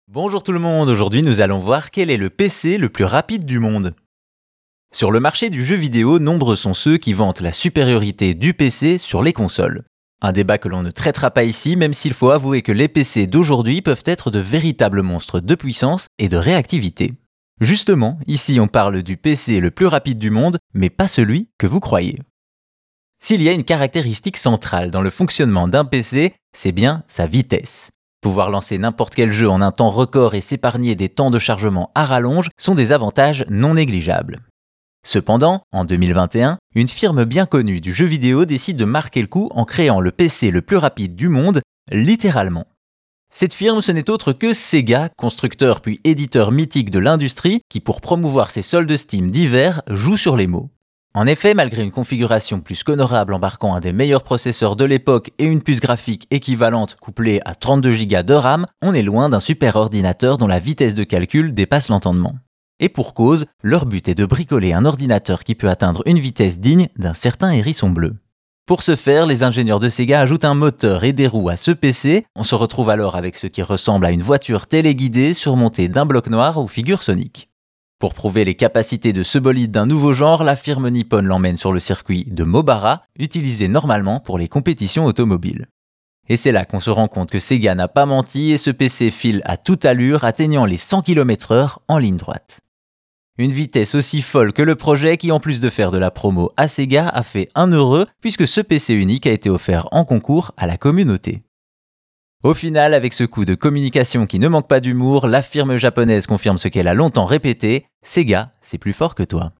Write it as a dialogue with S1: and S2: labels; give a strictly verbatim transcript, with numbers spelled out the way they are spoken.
S1: Bonjour tout le monde, aujourd'hui nous allons voir quel est le P C le plus rapide du monde. Sur le marché du jeu vidéo, nombreux sont ceux qui vantent la supériorité du P C sur les consoles. Un débat que l'on ne traitera pas ici, même s'il faut avouer que les P C d'aujourd'hui peuvent être de véritables monstres de puissance et de réactivité. Justement, ici on parle du P C le plus rapide du monde, mais pas celui que vous croyez. S'il y a une caractéristique centrale dans le fonctionnement d'un P C, c'est bien sa vitesse. Pouvoir lancer n'importe quel jeu en un temps record et s'épargner des temps de chargement à rallonge sont des avantages non négligeables. Cependant, en deux mille vingt et un, une firme bien connue du jeu vidéo décide de marquer le coup en créant le P C le plus rapide du monde, littéralement. Cette firme, ce n'est autre que Sega, constructeur puis éditeur mythique de l'industrie, qui pour promouvoir ses soldes Steam d'hiver, joue sur les mots. En effet, malgré une configuration plus qu'honorable embarquant un des meilleurs processeurs de l'époque et une puce graphique équivalente couplée à trente-deux giga de RAM, on est loin d'un super ordinateur dont la vitesse de calcul dépasse l'entendement. Et pour cause, leur but est de bricoler un ordinateur qui peut atteindre une vitesse digne d'un certain hérisson bleu. Pour ce faire, les ingénieurs de Sega ajoutent un moteur et des roues à ce P C, on se retrouve alors avec ce qui ressemble à une voiture téléguidée surmontée d'un bloc noir aux figures Sonic. Pour prouver les capacités de ce bolide d'un nouveau genre, la firme Nippon l'emmène sur le circuit de Mobara, utilisé normalement pour les compétitions automobiles. Et c'est là qu'on se rend compte que Sega n'a pas menti et ce P C file à toute allure, atteignant les cent kilomètres heure en ligne droite. Une vitesse aussi folle que le projet qui, en plus de faire de la promo à Sega, a fait un heureux puisque ce P C unique a été offert en concours à la communauté. Au final, avec ce coup de communication qui ne manque pas d'humour, la firme japonaise confirme ce qu'elle a longtemps répété, Sega, c'est plus fort que toi.